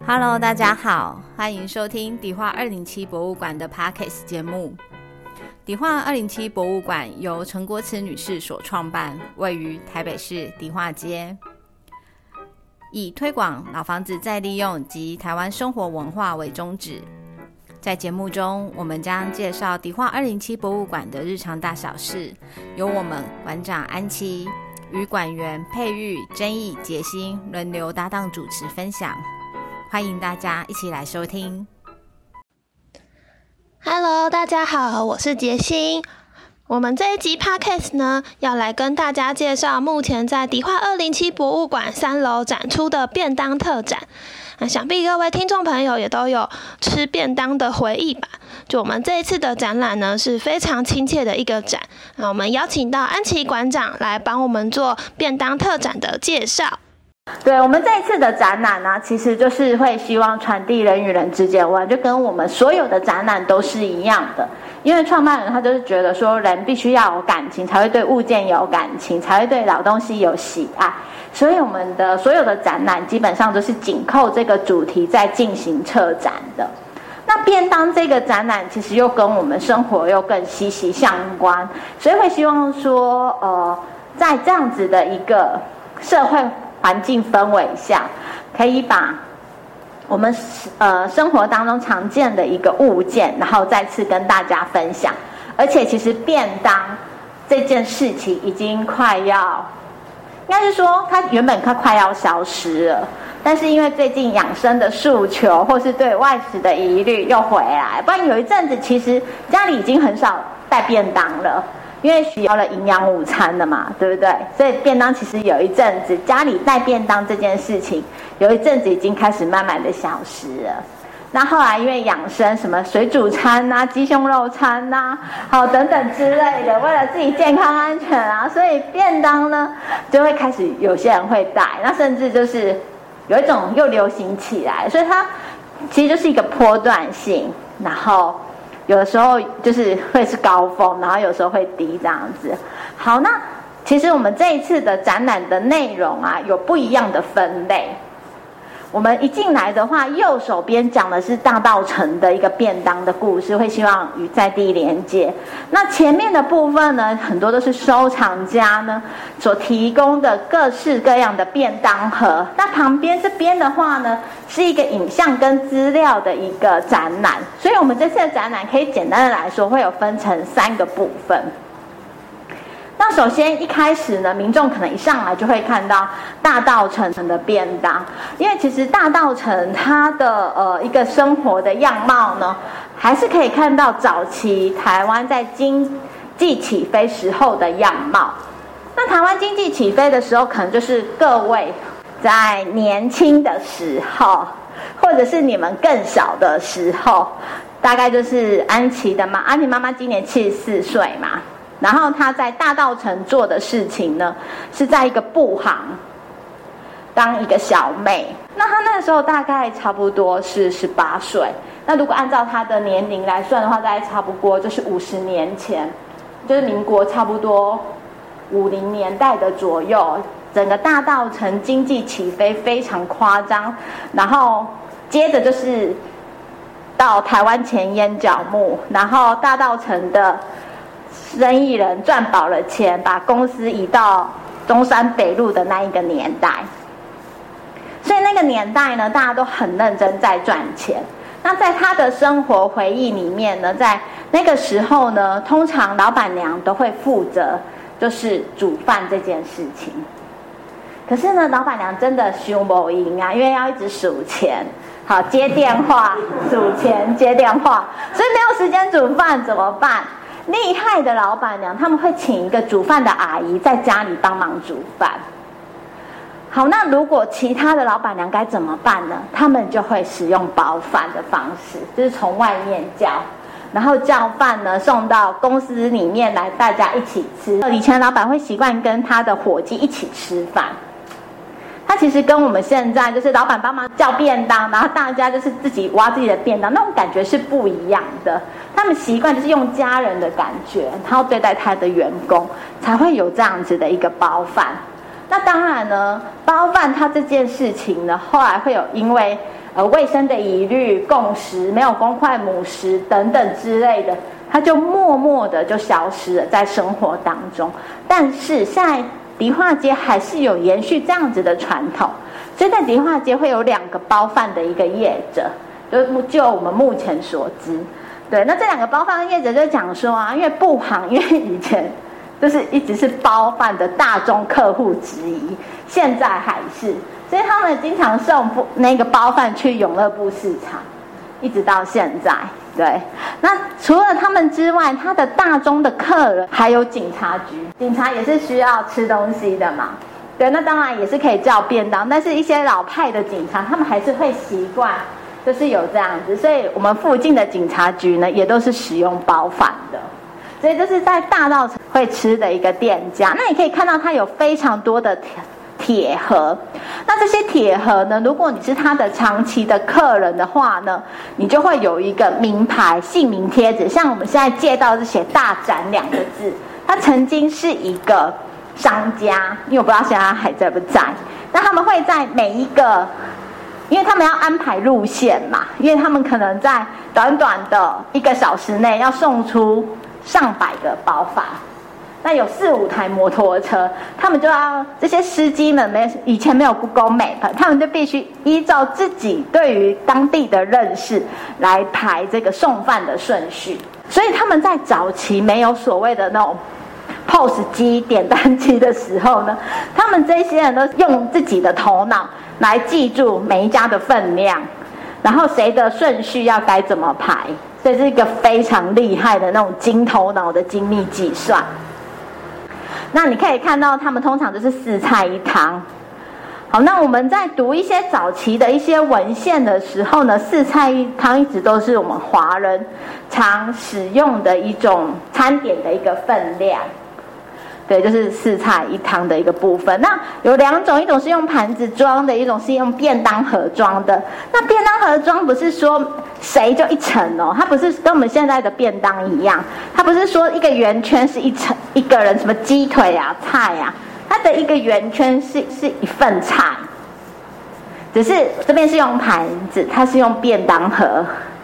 Hello， 大家好，欢迎收听迪化207博物馆的 Podcast 节目。迪化207博物馆由陈国慈女士所创办，位于台北市迪化街，以推广老房子再利用及台湾生活文化为宗旨。在节目中，我们将介绍迪化207博物馆的日常大小事，由我们馆长安琪与馆员佩玉、真义、杰心轮流搭档主持分享。欢迎大家一起来收听。 Hello， 大家好，我是杰心。我们这一集 Podcast 呢，要来跟大家介绍目前在迪化207博物馆3楼展出的便当特展。想必各位听众朋友也都有吃便当的回忆吧。就我们这一次的展览呢，是非常亲切的一个展。我们邀请到安琪馆长来帮我们做便当特展的介绍。 对，我们这一次的展览呢，其实就是会希望传递人与人之间的温暖，就跟我们所有的展览都是一样的。因为创办人他就是觉得说，人必须要有感情，才会对物件有感情，才会对老东西有喜爱。所以我们的所有的展览基本上都是紧扣这个主题在进行策展的。那便当这个展览其实又跟我们生活又更息息相关，所以会希望说，在这样子的一个社会环境氛围下，可以把我们生活当中常见的一个物件，然后再次跟大家分享。而且其实便当这件事情已经快要，应该是说它原本快要消失了，但是因为最近养生的诉求或是对外食的疑虑又回来，不然有一阵子其实家里已经很少带便当了。因为需要了营养午餐的嘛，对不对？所以便当其实有一阵子家里带便当这件事情，有一阵子已经开始慢慢的消失了。那后来因为养生，什么水煮餐啊、鸡胸肉餐啊，好等等之类的，为了自己健康安全啊，所以便当呢就会开始有些人会带，那甚至就是有一种又流行起来，所以它其实就是一个波段性，然后有的时候就是会是高峰，然后有时候会低这样子。好，那其实我们这一次的展览的内容啊，有不一样的分类。我们一进来的话，右手边讲的是大稻埕的一个便当的故事，会希望与在地连接。那前面的部分呢，很多都是收藏家呢所提供的各式各样的便当盒。那旁边这边的话呢，是一个影像跟资料的一个展览。所以我们这次的展览可以简单的来说，会有分成3个部分。那首先一开始呢，民众可能一上来就会看到大稻埕的便当，因为其实大稻埕它的一个生活的样貌呢，还是可以看到早期台湾在经济起飞时候的样貌。那台湾经济起飞的时候，可能就是各位在年轻的时候，或者是你们更小的时候，大概就是安琪妈妈今年74岁嘛。然后他在大稻埕做的事情呢，是在一个布行当一个小妹。那他那个时候大概差不多是18岁。那如果按照他的年龄来算的话，大概差不多就是50年前，就是民国差不多50年代的左右。整个大稻埕经济起飞非常夸张，然后接着就是到台湾前烟角木，然后大稻埕的生意人赚饱了钱，把公司移到中山北路的那一个年代。所以那个年代呢，大家都很认真在赚钱。那在他的生活回忆里面呢，在那个时候呢，通常老板娘都会负责就是煮饭这件事情。可是呢，老板娘真的凶不赢啊，因为要一直数钱，好接电话数钱接电话，所以没有时间煮饭怎么办？厉害的老板娘他们会请一个煮饭的阿姨在家里帮忙煮饭。好，那如果其他的老板娘该怎么办呢？他们就会使用包饭的方式，就是从外面叫，然后叫饭呢送到公司里面来，大家一起吃。以前老板会习惯跟他的伙计一起吃饭，他其实跟我们现在就是老板帮忙叫便当，然后大家就是自己挖自己的便当，那种感觉是不一样的。他们习惯就是用家人的感觉，然后对待他的员工，才会有这样子的一个包饭。那当然呢，包饭它这件事情呢，后来会有因为卫生的疑虑、共识、没有公筷母食等等之类的，它就默默的就消失了在生活当中。但是现在迪化街还是有延续这样子的传统，所以在迪化街会有2个包饭的一个业者，就我们目前所知。对，那这2个包饭的业者就讲说啊，因为布行因为以前就是一直是包饭的大众客户之一，现在还是，所以他们经常送那个包饭去永乐部市场，一直到现在。对，那除了他们之外，他的大宗的客人还有警察局，警察也是需要吃东西的嘛。对，那当然也是可以叫便当，但是一些老派的警察，他们还是会习惯。就是有这样子，所以我们附近的警察局呢，也都是使用包饭的，所以这是在大稻埕会吃的一个店家。那你可以看到它有非常多的铁盒，那这些铁盒呢，如果你是他的长期的客人的话呢，你就会有一个名牌姓名贴纸，像我们现在借到是写大展2个字，它曾经是一个商家，因为我不知道现在还在不在，那他们会在每一个。因为他们要安排路线嘛，因为他们可能在短短的1个小时内要送出上百个包饭，那有4-5台摩托车，他们就要这些司机们以前没有 Google Map， 他们就必须依照自己对于当地的认识来排这个送饭的顺序，所以他们在早期没有所谓的那种POS 机、点单机的时候呢，他们这些人都用自己的头脑来记住每一家的分量，然后谁的顺序要该怎么排，所以是一个非常厉害的那种精头脑的精密计算。那你可以看到他们通常就是4菜1汤。好，那我们在读一些早期的一些文献的时候呢，4菜1汤一直都是我们华人常使用的一种餐点的一个分量。对，就是4菜1汤的一个部分。那有2种，一种是用盘子装的，一种是用便当盒装的。那便当盒装不是说谁就1层哦，它不是跟我们现在的便当一样，它不是说一个圆圈是1层一个人什么鸡腿啊、菜啊，它的一个圆圈是1份菜，只是这边是用盘子，它是用便当盒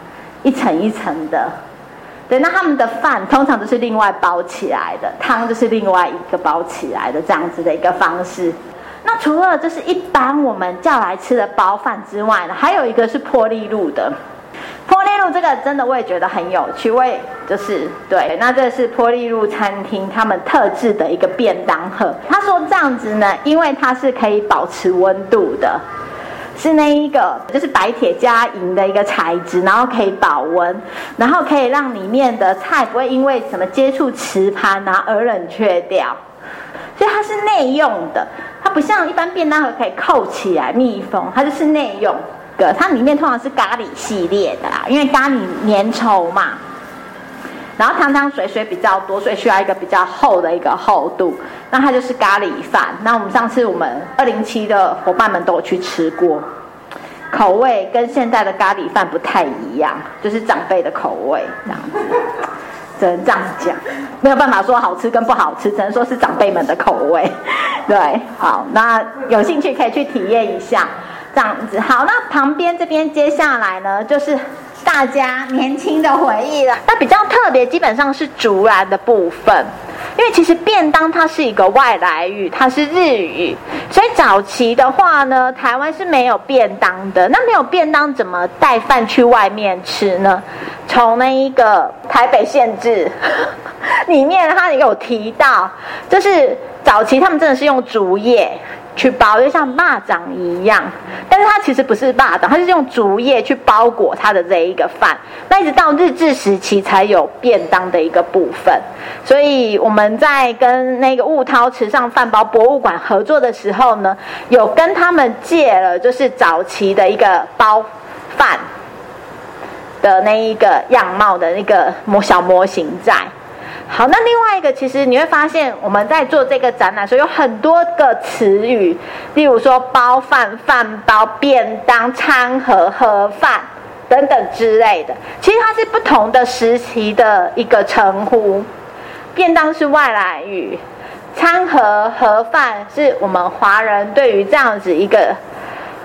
，1层1层的。对，那他们的饭通常都是另外包起来的，汤就是另外一个包起来的这样子的一个方式。那除了就是一般我们叫来吃的包饭之外呢，还有一个是波丽露的。波丽露这个真的我也觉得很有趣，我也就是对，那这是波丽露餐厅他们特制的一个便当盒。他说这样子呢，因为它是可以保持温度的。是那一个就是白铁加银的一个材质，然后可以保温，然后可以让里面的菜不会因为什么接触瓷盘啊而冷却掉，所以它是内用的，它不像一般便当盒可以扣起来密封，它就是内用的。它里面通常是咖喱系列的啦，因为咖喱粘稠嘛，然后汤水比较多，所以需要一个比较厚的一个厚度。那它就是咖喱饭。那我们上次我们207的伙伴们都有去吃过，口味跟现在的咖喱饭不太一样，就是长辈的口味这样子，只能这样讲，没有办法说好吃跟不好吃，只能说是长辈们的口味。对，好，那有兴趣可以去体验一下这样子。好，那旁边这边接下来呢，就是大家年轻的回忆了。那比较特别，基本上是竹篮的部分。因为其实便当它是一个外来语，它是日语，所以早期的话呢，台湾是没有便当的。那没有便当怎么带饭去外面吃呢？从那一个台北县志里面，它有提到，就是早期他们真的是用竹叶去包，就像蚂蚱一样，但是它其实不是蚂蚱，它是用竹叶去包裹它的这一个饭。那一直到日治时期才有便当的一个部分。所以我们在跟那个雾涛池上饭包博物馆合作的时候呢，有跟他们借了就是早期的一个包饭的那一个样貌的那个小模型在。好，那另外一个，其实你会发现我们在做这个展览的时候有很多个词语，例如说包饭、饭包、便当、餐盒、盒饭等等之类的，其实它是不同的时期的一个称呼。便当是外来语，餐盒、盒饭是我们华人对于这样子一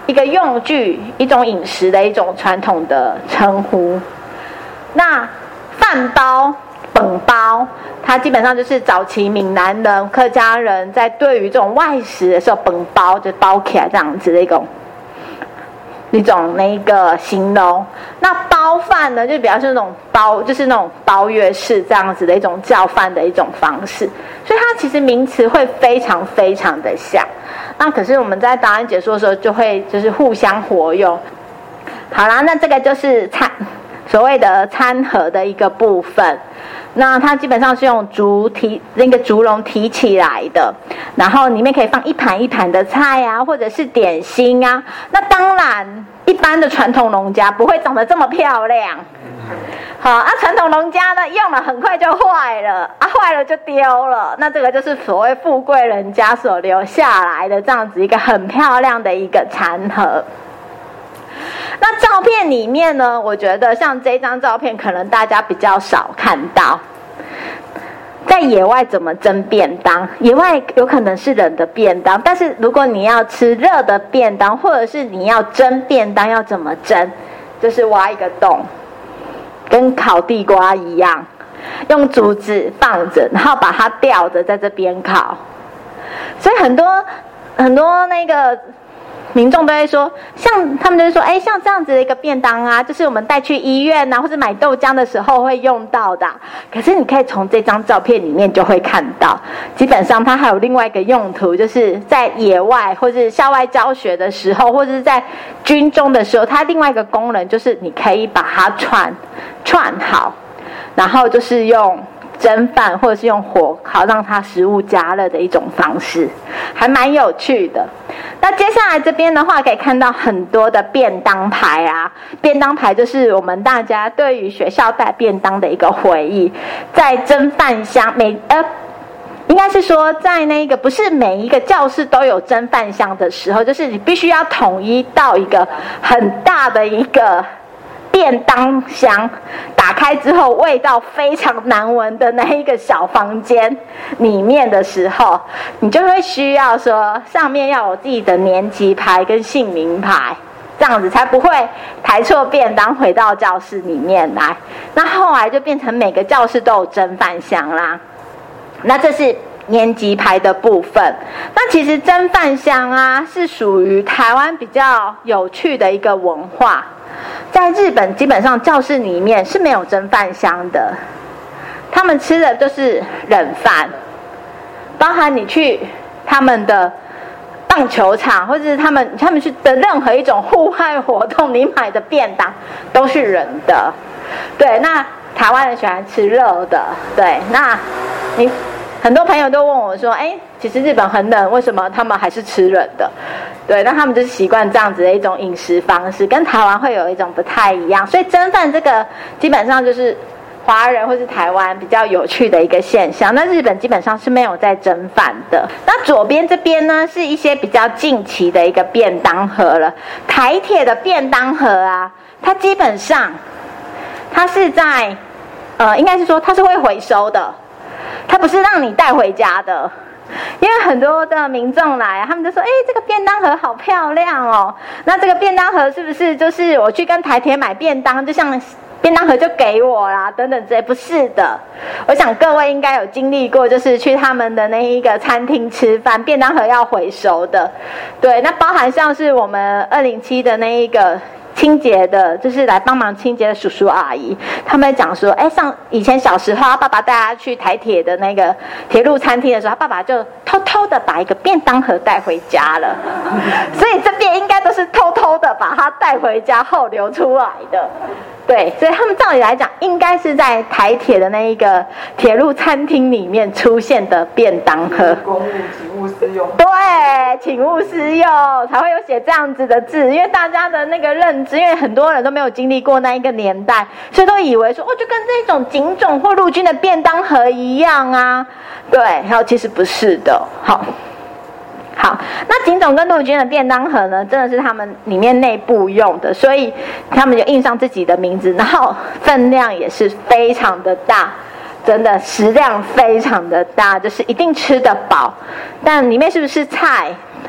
一个用具、一种饮食的一种传统的称呼。那饭包、本包，它基本上就是早期闽南人、客家人在对于这种外食的时候，本包就包起来这样子的一种那个形容。那包饭呢，就比较是那种包，就是那种包月式这样子的一种叫饭的一种方式，所以它其实名词会非常非常的像。那可是我们在答案解说的时候，就会就是互相活用。好啦，那这个就是所谓的餐盒的一个部分。那它基本上是用那个竹笼提起来的，然后里面可以放一盘一盘的菜啊，或者是点心啊。那当然，一般的传统农家不会长得这么漂亮。好，传统农家呢，用了很快就坏了，坏了就丢了。那这个就是所谓富贵人家所留下来的这样子一个很漂亮的一个餐盒。那照片里面呢，我觉得像这张照片可能大家比较少看到，在野外怎么蒸便当，野外有可能是冷的便当，但是如果你要吃热的便当，或者是你要蒸便当，要怎么蒸？就是挖一个洞，跟烤地瓜一样，用竹子放着，然后把它吊着在这边烤。所以很多那个民众都会说，他们就会说，像这样子的一个便当啊，就是我们带去医院啊，或者买豆浆的时候会用到的。可是你可以从这张照片里面就会看到，基本上它还有另外一个用途，就是在野外或是校外教学的时候，或者是在军中的时候，它另外一个功能就是你可以把它串好，然后就是用蒸饭或者是用火烤让它食物加热的一种方式，还蛮有趣的。那接下来这边的话，可以看到很多的便当牌啊，便当牌就是我们大家对于学校带便当的一个回忆。在蒸饭箱应该是说在那个不是每一个教室都有蒸饭箱的时候，就是你必须要统一到一个很大的一个便当箱，打开之后味道非常难闻的那一个小房间里面的时候，你就会需要说上面要有自己的年级牌跟姓名牌，这样子才不会抬错便当回到教室里面来。那后来就变成每个教室都有蒸饭箱啦。那这是年级牌的部分。那其实蒸饭箱啊，是属于台湾比较有趣的一个文化。在日本基本上教室里面是没有蒸饭箱的，他们吃的就是冷饭，包含你去他们的棒球场或者是他们去的任何一种户外活动，你买的便当都是冷的。对，那台湾人喜欢吃热的。对，那很多朋友都问我说，其实日本很冷，为什么他们还是吃冷的？对，那他们就是习惯这样子的一种饮食方式，跟台湾会有一种不太一样。所以蒸饭这个基本上就是华人或是台湾比较有趣的一个现象。那日本基本上是没有在蒸饭的。那左边这边呢，是一些比较近期的一个便当盒了。台铁的便当盒啊，它基本上它是在应该是说它是会回收的，它不是让你带回家的。因为很多的民众来，他们就说，这个便当盒好漂亮哦。那这个便当盒是不是就是我去跟台铁买便当，就像便当盒就给我啦，等等之类？不是的。我想各位应该有经历过，就是去他们的那一个餐厅吃饭，便当盒要回收的。对，那包含像是我们207的那一个清洁的，就是来帮忙清洁的叔叔阿姨，他们讲说，像以前小时候，他爸爸带他去台铁的那个铁路餐厅的时候，他爸爸就偷偷的把一个便当盒带回家了，所以这边应该都是偷偷的把它带回家后流出来的。对，所以他们照理来讲，应该是在台铁的那一个铁路餐厅里面出现的便当盒。 公务请勿私用。 对，请勿私用，才会有写这样子的字。因为大家的那个认知，因为很多人都没有经历过那一个年代，所以都以为说，就跟这种警种或陆军的便当盒一样啊。对，然后其实不是的。好，那警种跟陆军的便当盒呢，真的是他们里面内部用的，所以他们就印上自己的名字，然后分量也是非常的大，真的食量非常的大，就是一定吃得饱。但里面是不是菜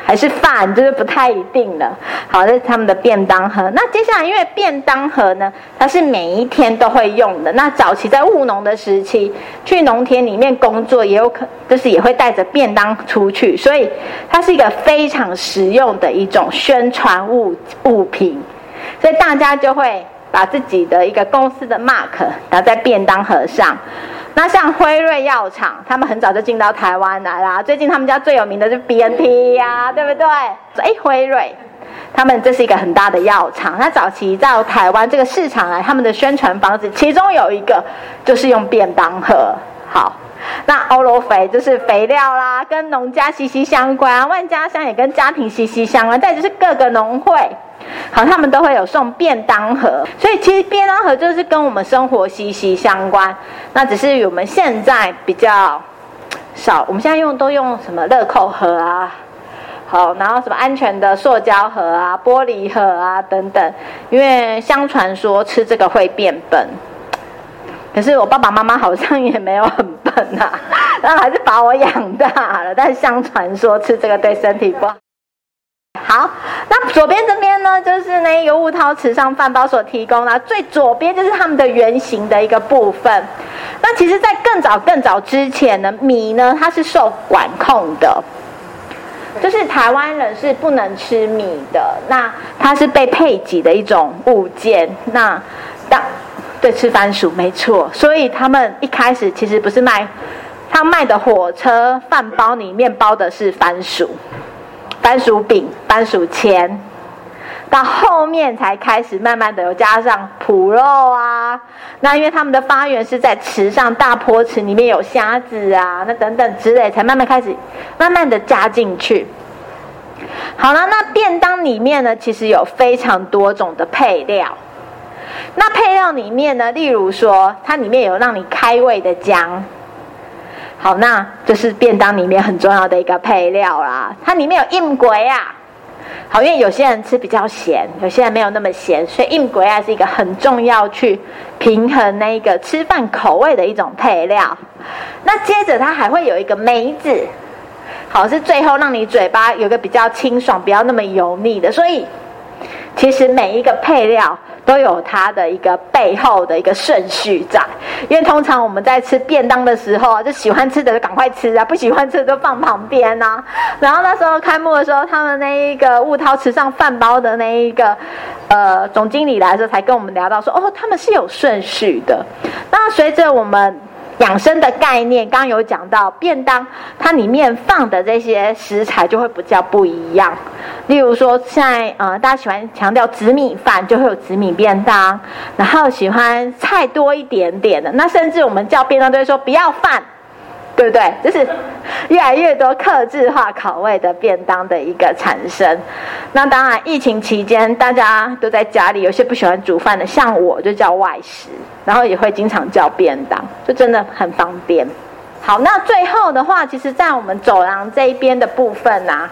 还是饭，就是不太一定了。好，这是他们的便当盒。那接下来，因为便当盒呢，它是每一天都会用的。那早期在务农的时期，去农田里面工作，就是也会带着便当出去，所以它是一个非常实用的一种宣传物品。所以大家就会把自己的一个公司的 mark 打在便当盒上。那像辉瑞药厂，他们很早就进到台湾来啦。最近他们家最有名的就是 BNT 呀，对不对？辉瑞，他们这是一个很大的药厂。那早期到台湾这个市场来，他们的宣传方式，其中有一个就是用便当盒。好，那欧罗肥就是肥料啦，跟农家息息相关。万家香也跟家庭息息相关。再就是各个农会。好，他们都会有送便当盒，所以其实便当盒就是跟我们生活息息相关。那只是我们现在比较少，我们现在都用什么乐扣盒啊，好，然后什么安全的塑胶盒啊、玻璃盒啊等等，因为相传说吃这个会变笨。可是我爸爸妈妈好像也没有很笨啊，然后还是把我养大了。但是相传说吃这个对身体不好。好，那左边这边呢，就是那个雾涛池上饭包所提供的，最左边就是他们的原型的一个部分。那其实在更早之前呢，米呢它是受管控的，就是台湾人是不能吃米的，那它是被配给的一种物件。那对，吃番薯没错，所以他们一开始其实不是他卖的火车饭包里面包的是番薯饼、番薯签，到后面才开始慢慢的有加上脯肉啊。那因为他们的发源是在池上大坡池里面有虾子啊，那等等之类，才慢慢的加进去。好了，那便当里面呢，其实有非常多种的配料。那配料里面呢，例如说，它里面有让你开胃的姜。好，那就是便当里面很重要的一个配料啦。它里面有硬鬼啊，好，因为有些人吃比较咸，有些人没有那么咸，所以硬鬼啊是一个很重要去平衡那个吃饭口味的一种配料。那接着它还会有一个梅子，好，是最后让你嘴巴有一个比较清爽，不要那么油腻的。所以其实每一个配料都有它的一个背后的一个顺序在，因为通常我们在吃便当的时候啊，就喜欢吃的就赶快吃啊，不喜欢吃的就放旁边啊。然后那时候开幕的时候，他们那一个雾涛池上饭包的那一个总经理来的时候，才跟我们聊到说，他们是有顺序的。那随着我们养生的概念，刚刚有讲到便当，它里面放的这些食材就会比较不一样。例如说，现在大家喜欢强调紫米饭，就会有紫米便当，然后喜欢菜多一点点的，那甚至我们叫便当都会说不要饭，对不对？就是越来越多客制化口味的便当的一个产生。那当然，疫情期间大家都在家里，有些不喜欢煮饭的，像我就叫外食，然后也会经常叫便当，就真的很方便。好，那最后的话，其实在我们走廊这一边的部分啊，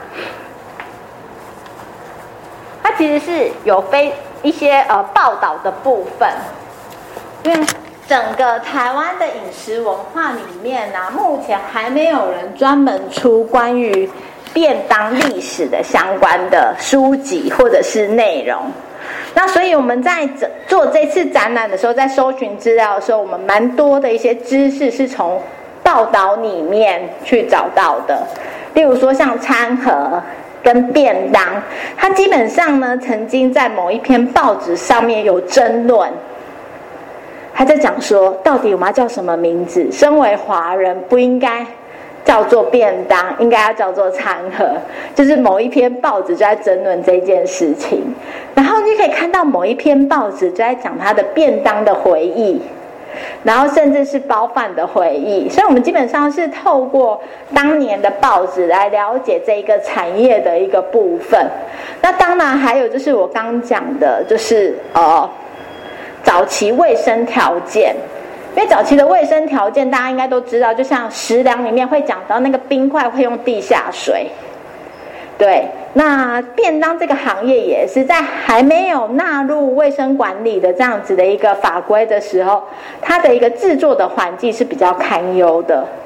它其实是有一些报道的部分，因为整个台湾的饮食文化里面啊，目前还没有人专门出关于便当历史的相关的书籍或者是内容。那所以我们在做这次展览的时候，在搜寻资料的时候，我们蛮多的一些知识是从报道里面去找到的。例如说像餐盒跟便当，它基本上呢曾经在某一篇报纸上面有争论，他在讲说到底我们要叫什么名字，身为华人不应该叫做便当，应该要叫做餐盒，就是某一篇报纸就在争论这件事情。然后你可以看到某一篇报纸就在讲他的便当的回忆，然后甚至是包饭的回忆。所以我们基本上是透过当年的报纸来了解这个产业的一个部分。那当然还有就是我刚讲的，就是早期卫生条件。因为早期的卫生条件大家应该都知道，就像食粮里面会讲到那个冰块会用地下水。对，那便当这个行业也是在还没有纳入卫生管理的这样子的一个法规的时候，它的一个制作的环境是比较堪忧的。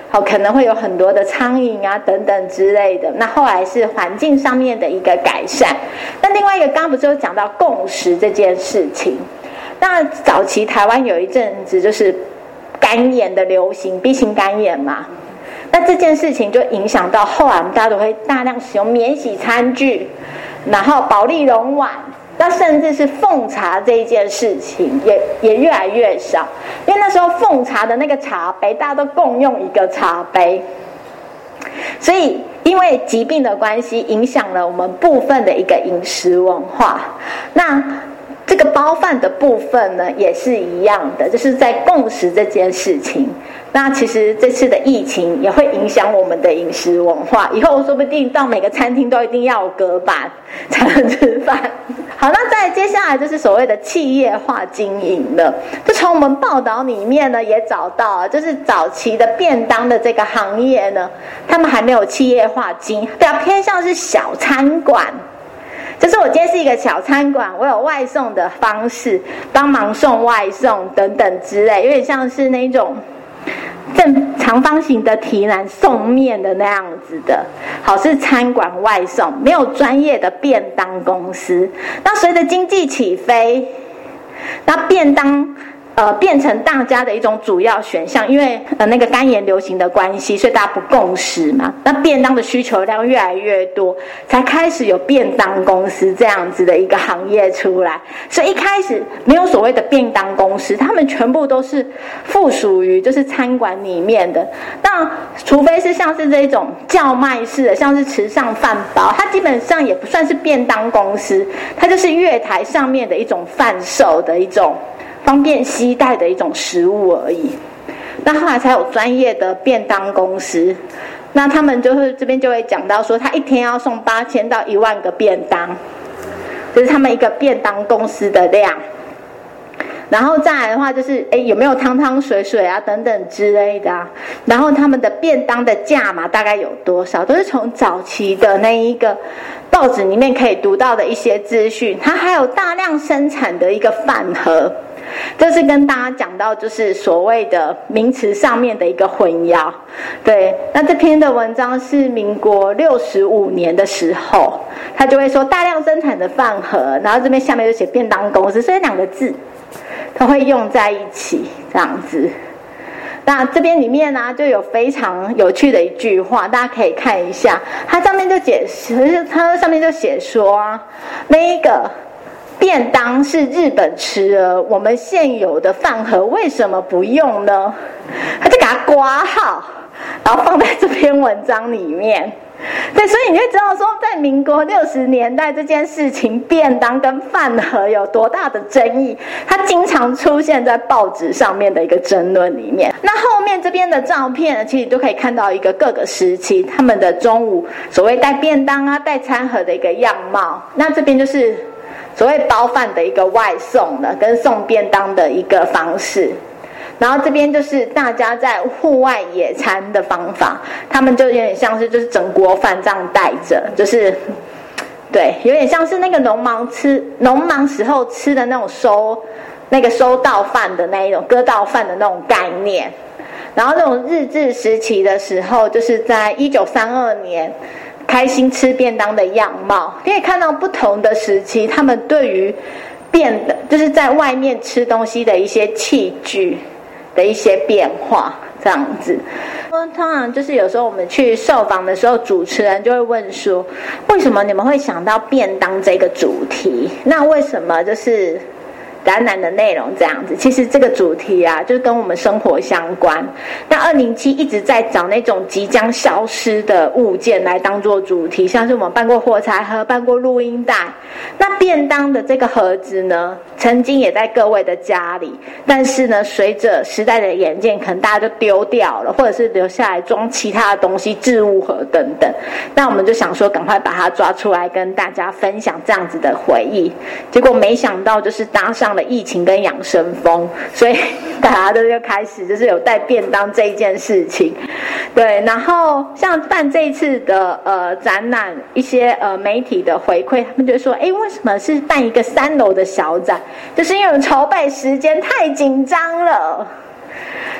可能会有很多的苍蝇啊等等之类的。那后来是环境上面的一个改善。那另外一个刚刚不是有讲到共识这件事情，那早期台湾有一阵子就是肝炎的流行，B 型肝炎嘛，那这件事情就影响到后来我们大家都会大量使用免洗餐具，然后保丽龙碗，那甚至是奉茶这一件事情也越来越少，因为那时候奉茶的那个茶杯大家都共用一个茶杯，所以因为疾病的关系影响了我们部分的一个饮食文化。那这个包饭的部分呢也是一样的，就是在共识这件事情。那其实这次的疫情也会影响我们的饮食文化，以后说不定到每个餐厅都一定要有隔板才能吃饭。好，那再接下来就是所谓的企业化经营了。就从我们报道里面呢也找到，就是早期的便当的这个行业呢，他们还没有企业化经营，比较偏向是小餐馆。就是我今天是一个小餐馆，我有外送的方式，帮忙送外送等等之类，有点像是那种正长方形的提篮送面的那样子的。好，是餐馆外送，没有专业的便当公司。那随着经济起飞，那便当变成大家的一种主要选项，因为那个肝炎流行的关系，所以大家不共食嘛，那便当的需求量越来越多，才开始有便当公司这样子的一个行业出来。所以一开始没有所谓的便当公司，他们全部都是附属于就是餐馆里面的。那除非是像是这种叫卖式的，像是池上饭包，它基本上也不算是便当公司，它就是月台上面的一种贩售的一种方便携带的一种食物而已。那后来才有专业的便当公司，那他们就是这边就会讲到说，他一天要送8000到1万个便当，就是他们一个便当公司的量。然后再来的话就是有没有汤汤水水啊等等之类的啊，然后他们的便当的价码大概有多少，都是从早期的那一个报纸里面可以读到的一些资讯。它还有大量生产的一个饭盒，这是跟大家讲到就是所谓的名词上面的一个混淆。对，那这篇的文章是民国65年的时候，他就会说大量生产的饭盒，然后这边下面就写便当公司，所以2个字它会用在一起这样子。那这边里面呢就有非常有趣的一句话，大家可以看一下，它上面就解释，它上面就写说那一个便当是日本吃的，我们现有的饭盒为什么不用呢？他就给它括号，然后放在这篇文章里面。对，所以你会知道说，在民国60年代这件事情，便当跟饭盒有多大的争议，它经常出现在报纸上面的一个争论里面。那后面这边的照片，其实都可以看到一个各个时期他们的中午所谓带便当啊、带餐盒的一个样貌。那这边就是所谓包饭的一个外送的，跟送便当的一个方式。然后这边就是大家在户外野餐的方法，他们就有点像是就是整锅饭这样带着，就是对，有点像是那个农忙时候吃的那种收到饭的那一种割到饭的那种概念。然后这种日治时期的时候，就是在1932年开心吃便当的样貌，可以看到不同的时期他们对于就是在外面吃东西的一些器具的一些变化这样子。通常就是有时候我们去受访的时候，主持人就会问说，为什么你们会想到便当这个主题？那为什么就是展览的内容这样子？其实这个主题啊，就是跟我们生活相关。那207一直在找那种即将消失的物件来当做主题，像是我们办过火柴盒，办过录音带。那便当的这个盒子呢，曾经也在各位的家里，但是呢，随着时代的演进，可能大家就丢掉了，或者是留下来装其他的东西，置物盒等等。那我们就想说，赶快把它抓出来跟大家分享这样子的回忆。结果没想到就是搭上了疫情跟养生风，所以大家都就开始就是有带便当这一件事情。对，然后像办这一次的展览，一些媒体的回馈，他们就说，为什么是办一个3楼的小展？就是因为筹备时间太紧张了。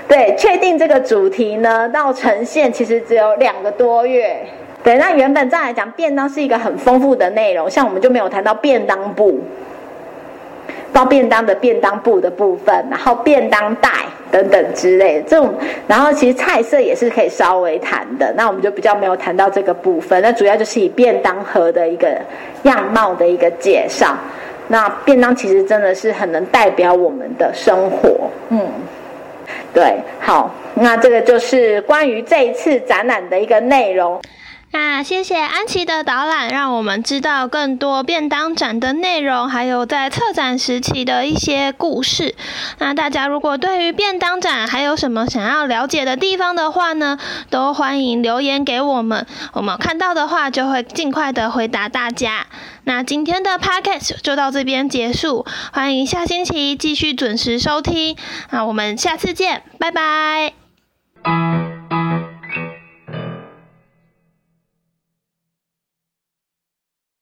对，确定这个主题呢，到呈现其实只有2个多月。对，那原本这样来讲，便当是一个很丰富的内容，像我们就没有谈到便当部，包便当的便当部的部分，然后便当袋等等之类的这种，然后其实菜色也是可以稍微谈的，那我们就比较没有谈到这个部分。那主要就是以便当盒的一个样貌的一个介绍。那便当其实真的是很能代表我们的生活，对，好，那这个就是关于这一次展览的一个内容。 那谢谢安琪的导览，让我们知道更多便当展的内容，还有在策展时期的一些故事。那大家如果对于便当展还有什么想要了解的地方的话呢，都欢迎留言给我们，我们看到的话就会尽快的回答大家。那今天的 podcast 就到这边结束，欢迎下星期继续准时收听。那我们下次见，拜拜。